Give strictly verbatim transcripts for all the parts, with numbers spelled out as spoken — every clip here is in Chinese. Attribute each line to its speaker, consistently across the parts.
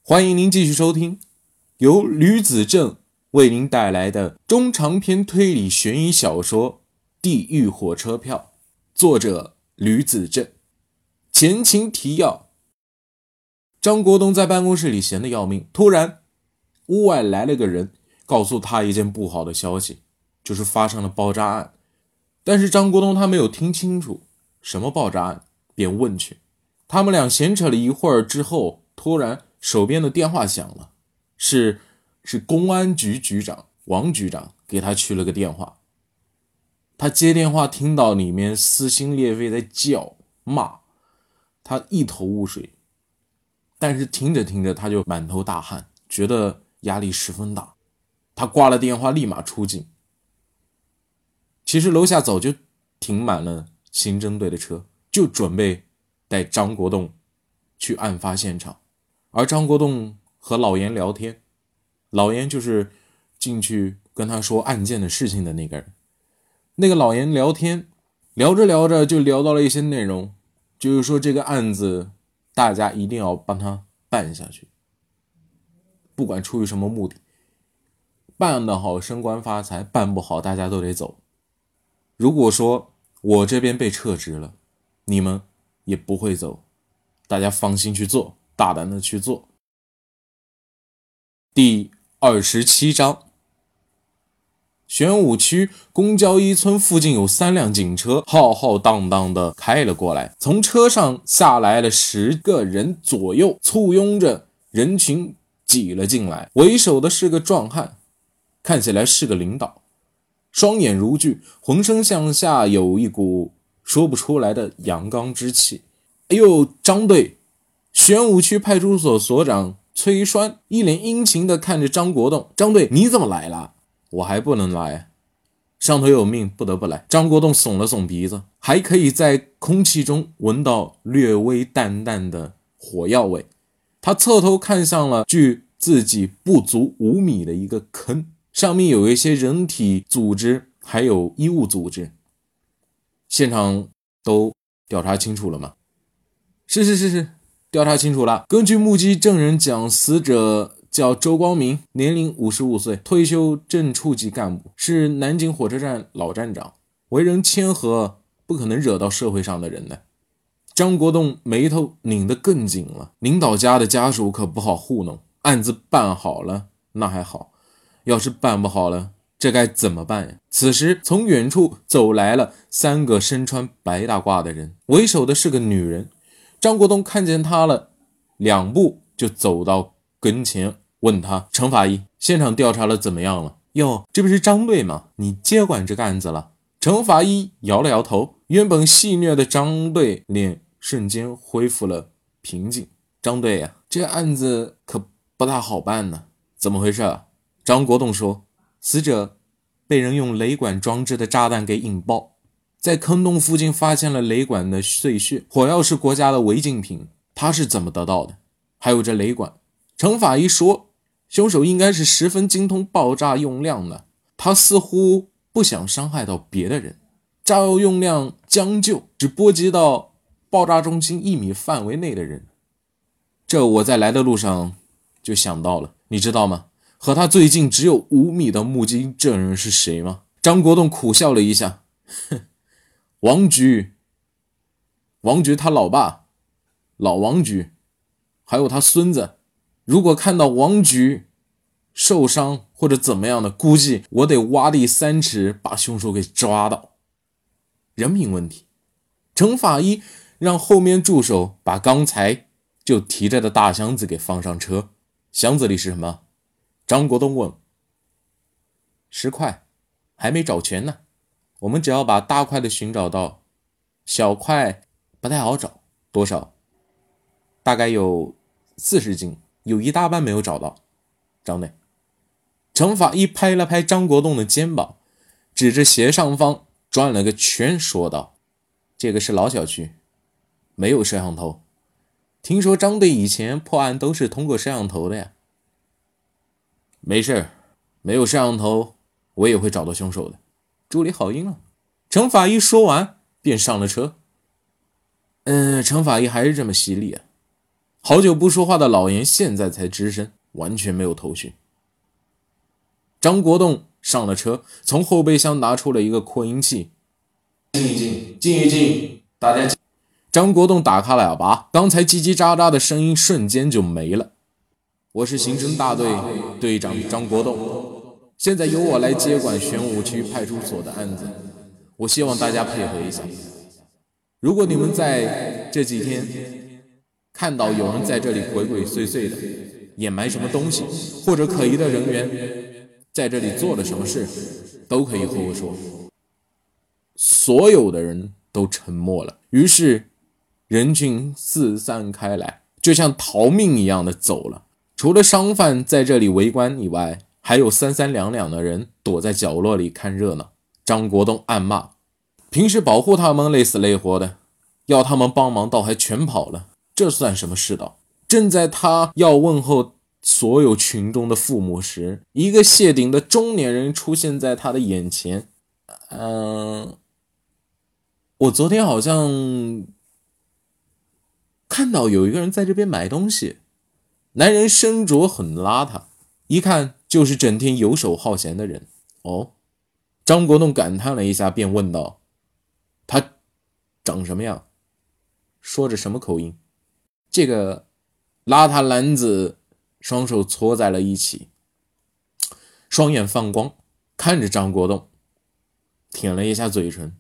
Speaker 1: 欢迎您继续收听由吕子正为您带来的中长篇推理悬疑小说《地狱火车票》，作者吕子正。前情提要：张国栋在办公室里闲得要命，突然屋外来了个人，告诉他一件不好的消息，就是发生了爆炸案。但是张国栋他没有听清楚什么爆炸案，便问去。他们俩闲扯了一会儿之后，突然手边的电话响了，是是公安局局长王局长给他去了个电话。他接电话听到里面撕心裂肺在叫骂，他一头雾水，但是听着听着他就满头大汗，觉得压力十分大。他挂了电话立马出警。其实楼下早就停满了刑侦队的车，就准备带张国栋去案发现场。而张国栋和老严聊天，老严就是进去跟他说案件的事情的那个人。那个老严聊天聊着聊着就聊到了一些内容，就是说这个案子大家一定要帮他办下去，不管出于什么目的，办得好升官发财，办不好大家都得走。如果说我这边被撤职了，你们也不会走，大家放心去做，大胆的去做。第二十七章，玄武区公交一村附近有三辆警车浩浩荡荡的开了过来，从车上下来了十个人左右，簇拥着人群挤了进来。为首的是个壮汉，看起来是个领导，双眼如炬，浑身上下有一股说不出来的阳刚之气。哎呦，张队！玄武区派出所所长崔栓一脸殷勤地看着张国栋，张队你怎么来了？我还不能来，上头有命不得不来。张国栋耸了耸鼻子，还可以在空气中闻到略微淡淡的火药味。他侧头看向了距自己不足五米的一个坑，上面有一些人体组织还有衣物组织。现场都调查清楚了吗？是是是是，调查清楚了。根据目击证人讲，死者叫周光明，年龄五十五岁，退休正处级干部，是南京火车站老站长，为人谦和，不可能惹到社会上的人的。张国栋眉头拧得更紧了，领导家的家属可不好糊弄，案子办好了那还好，要是办不好了，这该怎么办呀？此时从远处走来了三个身穿白大褂的人，为首的是个女人。张国栋看见她了，两步就走到跟前，问她：程法医，现场调查了怎么样了？哟，这不是张队吗？你接管这个案子了？程法医摇了摇头，原本戏谑的张队脸瞬间恢复了平静。张队呀、啊，这案子可不大好办呢。怎么回事啊？张国栋说，死者被人用雷管装置的炸弹给引爆，在坑洞附近发现了雷管的碎屑，火药是国家的违禁品，他是怎么得到的？还有这雷管，程法医说，凶手应该是十分精通爆炸用量的，他似乎不想伤害到别的人，炸药用量将就，只波及到爆炸中心一米范围内的人。这我在来的路上就想到了，你知道吗？和他最近只有五米的目击证人是谁吗？张国栋苦笑了一下，哼，王局，王局他老爸，老王局，还有他孙子。如果看到王局受伤或者怎么样的，估计我得挖地三尺把凶手给抓到。人命问题。程法医让后面助手把刚才就提着的大箱子给放上车。箱子里是什么？张国栋问。十块，还没找全呢。我们只要把大块的寻找到，小块不太好找。多少？大概有四十斤，有一大半没有找到。张队。程法医拍了拍张国栋的肩膀，指着斜上方转了个圈，说道：这个是老小区，没有摄像头。听说张队以前破案都是通过摄像头的呀。没事，没有摄像头我也会找到凶手的。助理好音了。程法医说完便上了车。嗯，程法医还是这么犀利啊。 好久不说话的老严现在才吱声，完全没有头绪。张国栋上了车，从后备箱拿出了一个扩音器，静一静，静一静，大家静。张国栋打开了喇叭，刚才叽叽喳喳的声音瞬间就没了。我是刑侦大队队长张国栋，现在由我来接管玄武区派出所的案子，我希望大家配合一下。如果你们在这几天看到有人在这里鬼鬼祟祟的掩埋什么东西，或者可疑的人员在这里做了什么事，都可以和我说。所有的人都沉默了，于是人群四散开来，就像逃命一样的走了。除了商贩在这里围观以外，还有三三两两的人躲在角落里看热闹。张国栋暗骂，平时保护他们累死累活的，要他们帮忙倒还全跑了，这算什么世道？正在他要问候所有群众的父母时，一个谢顶的中年人出现在他的眼前。嗯，我昨天好像看到有一个人在这边买东西。男人身着很邋遢，一看就是整天游手好闲的人。哦，张国栋感叹了一下，便问道：他长什么样？说着什么口音？这个邋遢男子双手搓在了一起，双眼放光，看着张国栋，舔了一下嘴唇。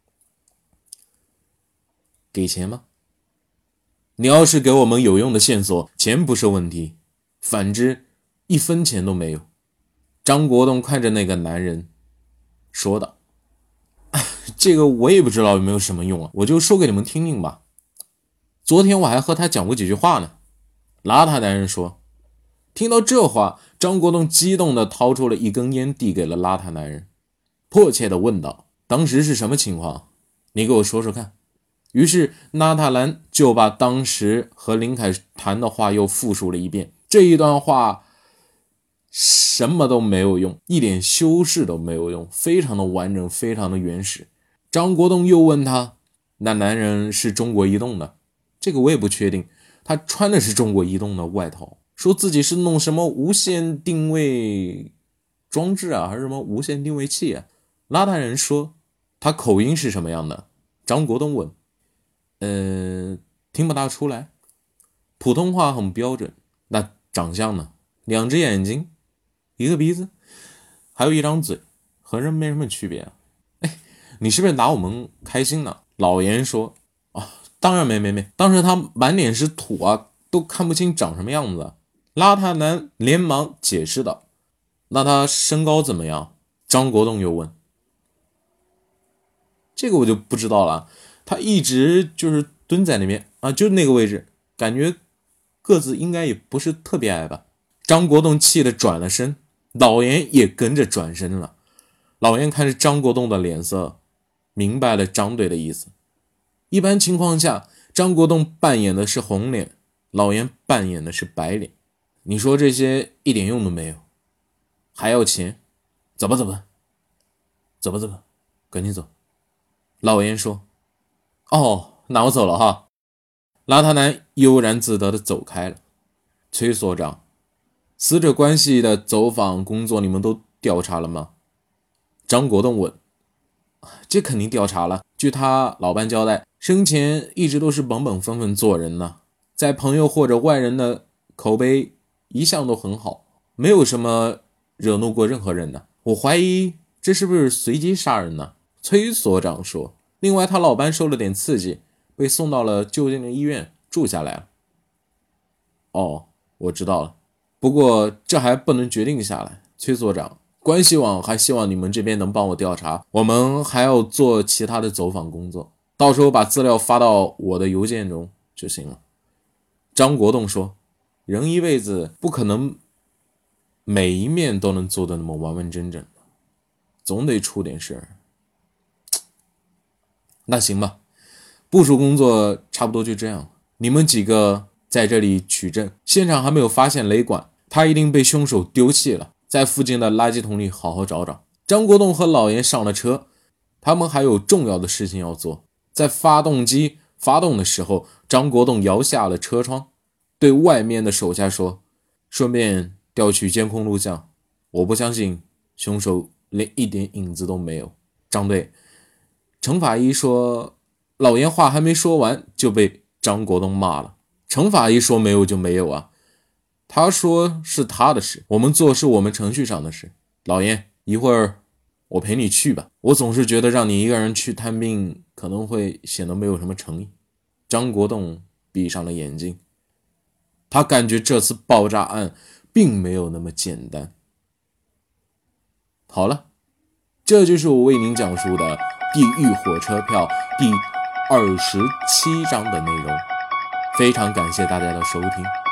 Speaker 1: 给钱吗？你要是给我们有用的线索，钱不是问题，反之一分钱都没有。张国栋看着那个男人说道：这个我也不知道有没有什么用啊，我就说给你们听听吧。昨天我还和他讲过几句话呢。邋遢男人说。听到这话，张国栋激动地掏出了一根烟，递给了邋遢男人，迫切地问道：当时是什么情况？你给我说说看。于是邋遢男就把当时和林凯谈的话又复述了一遍。这一段话什么都没有用，一点修饰都没有用，非常的完整，非常的原始。张国栋又问他，那男人是中国移动的？这个我也不确定，他穿的是中国移动的外套，说自己是弄什么无线定位装置啊，还是什么无线定位器啊。邋遢人说他口音是什么样的？张国栋问。呃，听不大出来，普通话很标准。那长相呢？两只眼睛，一个鼻子，还有一张嘴，和人没什么区别啊。哎，你是不是拿我们开心呢？老严说。啊，当然没没没，当时他满脸是土啊，都看不清长什么样子。邋遢男连忙解释道。那他身高怎么样？张国栋又问。这个我就不知道了。他一直就是蹲在那边啊，就那个位置，感觉个子应该也不是特别矮吧。张国栋气得转了身，老严也跟着转身了。老严看着张国栋的脸色，明白了张队的意思。一般情况下，张国栋扮演的是红脸，老严扮演的是白脸。你说这些一点用都没有，还要钱？走吧走吧，走吧走吧，赶紧走。老严说。哦，那我走了哈。邋遢男悠然自得地走开了。崔所长，死者关系的走访工作你们都调查了吗？张国栋问。这肯定调查了，据他老伴交代，生前一直都是本本分分做人呢，在朋友或者外人的口碑一向都很好，没有什么惹怒过任何人呢。我怀疑这是不是随机杀人呢？崔所长说。另外他老伴受了点刺激，被送到了就近的医院住下来了。哦，我知道了，不过这还不能决定下来。崔所长，关系网还希望你们这边能帮我调查，我们还要做其他的走访工作，到时候把资料发到我的邮件中就行了。张国栋说，人一辈子不可能每一面都能做得那么完完整整，总得出点事儿。那行吧，部署工作差不多就这样了。你们几个在这里取证，现场还没有发现雷管，他一定被凶手丢弃了，在附近的垃圾桶里好好找找。张国栋和老严上了车，他们还有重要的事情要做。在发动机发动的时候，张国栋摇下了车窗， 对外面的手下说，顺便调取监控录像，我不相信凶手连一点影子都没有。张队，程法医说，老严话还没说完就被张国栋骂了。程法医说没有就没有啊，他说是他的事，我们做是我们程序上的事。老严，一会儿我陪你去吧，我总是觉得让你一个人去探病可能会显得没有什么诚意。张国栋闭上了眼睛，他感觉这次爆炸案并没有那么简单。好了，这就是我为您讲述的《地狱火车票》第二十七章的内容。非常感谢大家的收听。